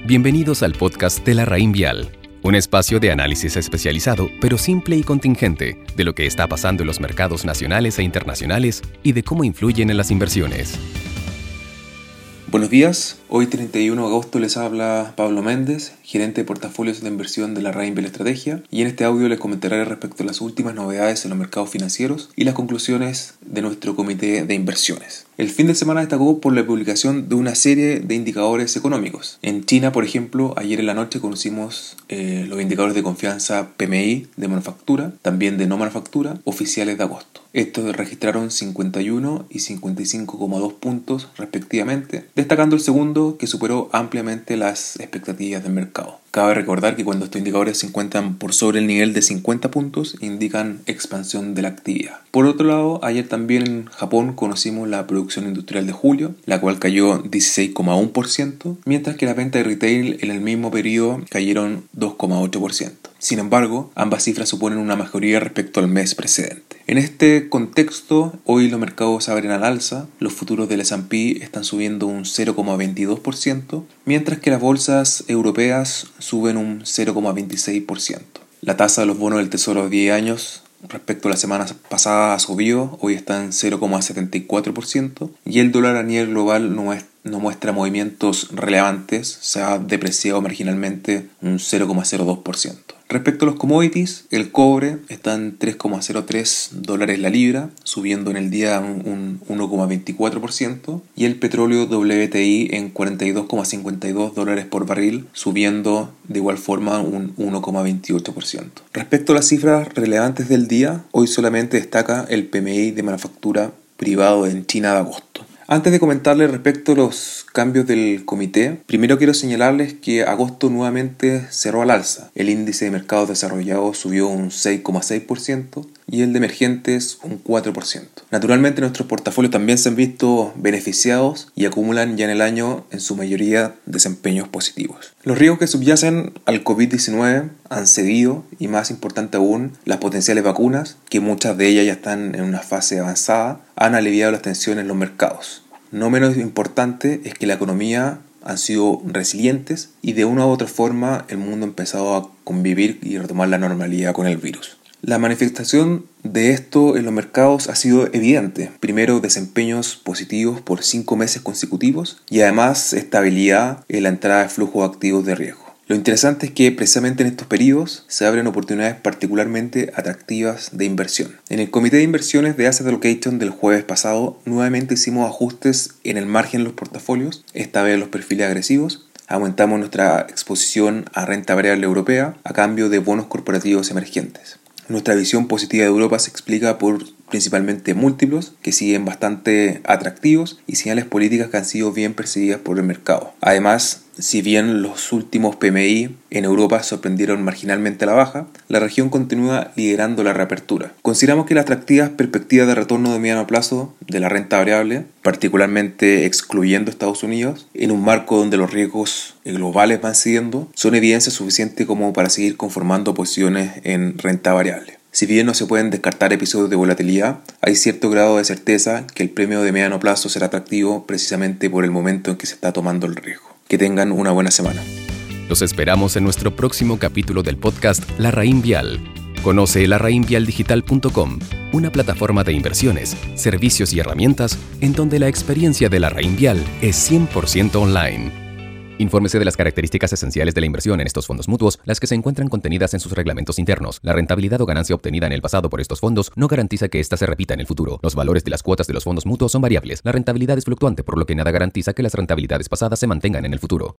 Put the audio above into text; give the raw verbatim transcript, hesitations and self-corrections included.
Bienvenidos al podcast de Larraín Vial, un espacio de análisis especializado, pero simple y contingente, de lo que está pasando en los mercados nacionales e internacionales y de cómo influyen en las inversiones. Buenos días, hoy treinta y uno de agosto les habla Pablo Méndez, gerente de portafolios de inversión de Larraín Vial Estrategia, y en este audio les comentaré respecto a las últimas novedades en los mercados financieros y las conclusiones de nuestro comité de inversiones. El fin de semana destacó por la publicación de una serie de indicadores económicos. En China, por ejemplo, ayer en la noche conocimos eh, los indicadores de confianza P M I de manufactura, también de no manufactura, oficiales de agosto. Estos registraron cincuenta y uno y cincuenta y cinco coma dos puntos respectivamente, destacando el segundo que superó ampliamente las expectativas del mercado. Cabe recordar que cuando estos indicadores se encuentran por sobre el nivel de cincuenta puntos, indican expansión de la actividad. Por otro lado, ayer también en Japón conocimos la producción industrial de julio, la cual cayó dieciséis coma uno por ciento, mientras que las ventas de retail en el mismo periodo cayeron dos coma ocho por ciento. Sin embargo, ambas cifras suponen una mejoría respecto al mes precedente. En este contexto, hoy los mercados abren al alza, los futuros del S and P están subiendo un cero coma veintidós por ciento, mientras que las bolsas europeas suben un cero coma veintiséis por ciento. La tasa de los bonos del Tesoro de diez años respecto a la semana pasada ha subido, hoy está en cero coma setenta y cuatro por ciento, y el dólar a nivel global no, es, no muestra movimientos relevantes, se ha depreciado marginalmente un cero coma cero dos por ciento. Respecto a los commodities, el cobre está en tres coma cero tres dólares la libra, subiendo en el día un uno coma veinticuatro por ciento, y el petróleo W T I en cuarenta y dos coma cincuenta y dos dólares por barril, subiendo de igual forma un uno coma veintiocho por ciento. Respecto a las cifras relevantes del día, hoy solamente destaca el P M I de manufactura privado en China de agosto. Antes de comentarles respecto a los cambios del comité, primero quiero señalarles que agosto nuevamente cerró al alza. El índice de mercados desarrollados subió un seis coma seis por ciento y el de emergentes un cuatro por ciento. Naturalmente nuestros portafolios también se han visto beneficiados y acumulan ya en el año en su mayoría desempeños positivos. Los riesgos que subyacen al COVID diecinueve han cedido y, más importante aún, las potenciales vacunas, que muchas de ellas ya están en una fase avanzada, han aliviado las tensiones en los mercados. No menos importante es que la economía han sido resilientes y de una u otra forma el mundo ha empezado a convivir y retomar la normalidad con el virus. La manifestación de esto en los mercados ha sido evidente. Primero, desempeños positivos por cinco meses consecutivos y además estabilidad en la entrada de flujos activos de riesgo. Lo interesante es que precisamente en estos periodos se abren oportunidades particularmente atractivas de inversión. En el comité de inversiones de Asset Allocation del jueves pasado, nuevamente hicimos ajustes en el margen de los portafolios, esta vez los perfiles agresivos. Aumentamos nuestra exposición a renta variable europea a cambio de bonos corporativos emergentes. Nuestra visión positiva de Europa se explica por principalmente múltiplos que siguen bastante atractivos y señales políticas que han sido bien percibidas por el mercado. Además, si bien los últimos P M I en Europa sorprendieron marginalmente a la baja, la región continúa liderando la reapertura. Consideramos que las atractivas perspectivas de retorno de mediano plazo de la renta variable, particularmente excluyendo Estados Unidos, en un marco donde los riesgos globales van siguiendo, son evidencia suficiente como para seguir conformando posiciones en renta variable. Si bien no se pueden descartar episodios de volatilidad, hay cierto grado de certeza que el premio de mediano plazo será atractivo precisamente por el momento en que se está tomando el riesgo. Que tengan una buena semana. Los esperamos en nuestro próximo capítulo del podcast Larraín Vial. Conoce larraín vial digital punto com, una plataforma de inversiones, servicios y herramientas en donde la experiencia de Larraín Vial es cien por ciento online. Infórmese de las características esenciales de la inversión en estos fondos mutuos, las que se encuentran contenidas en sus reglamentos internos. La rentabilidad o ganancia obtenida en el pasado por estos fondos no garantiza que ésta se repita en el futuro. Los valores de las cuotas de los fondos mutuos son variables. La rentabilidad es fluctuante, por lo que nada garantiza que las rentabilidades pasadas se mantengan en el futuro.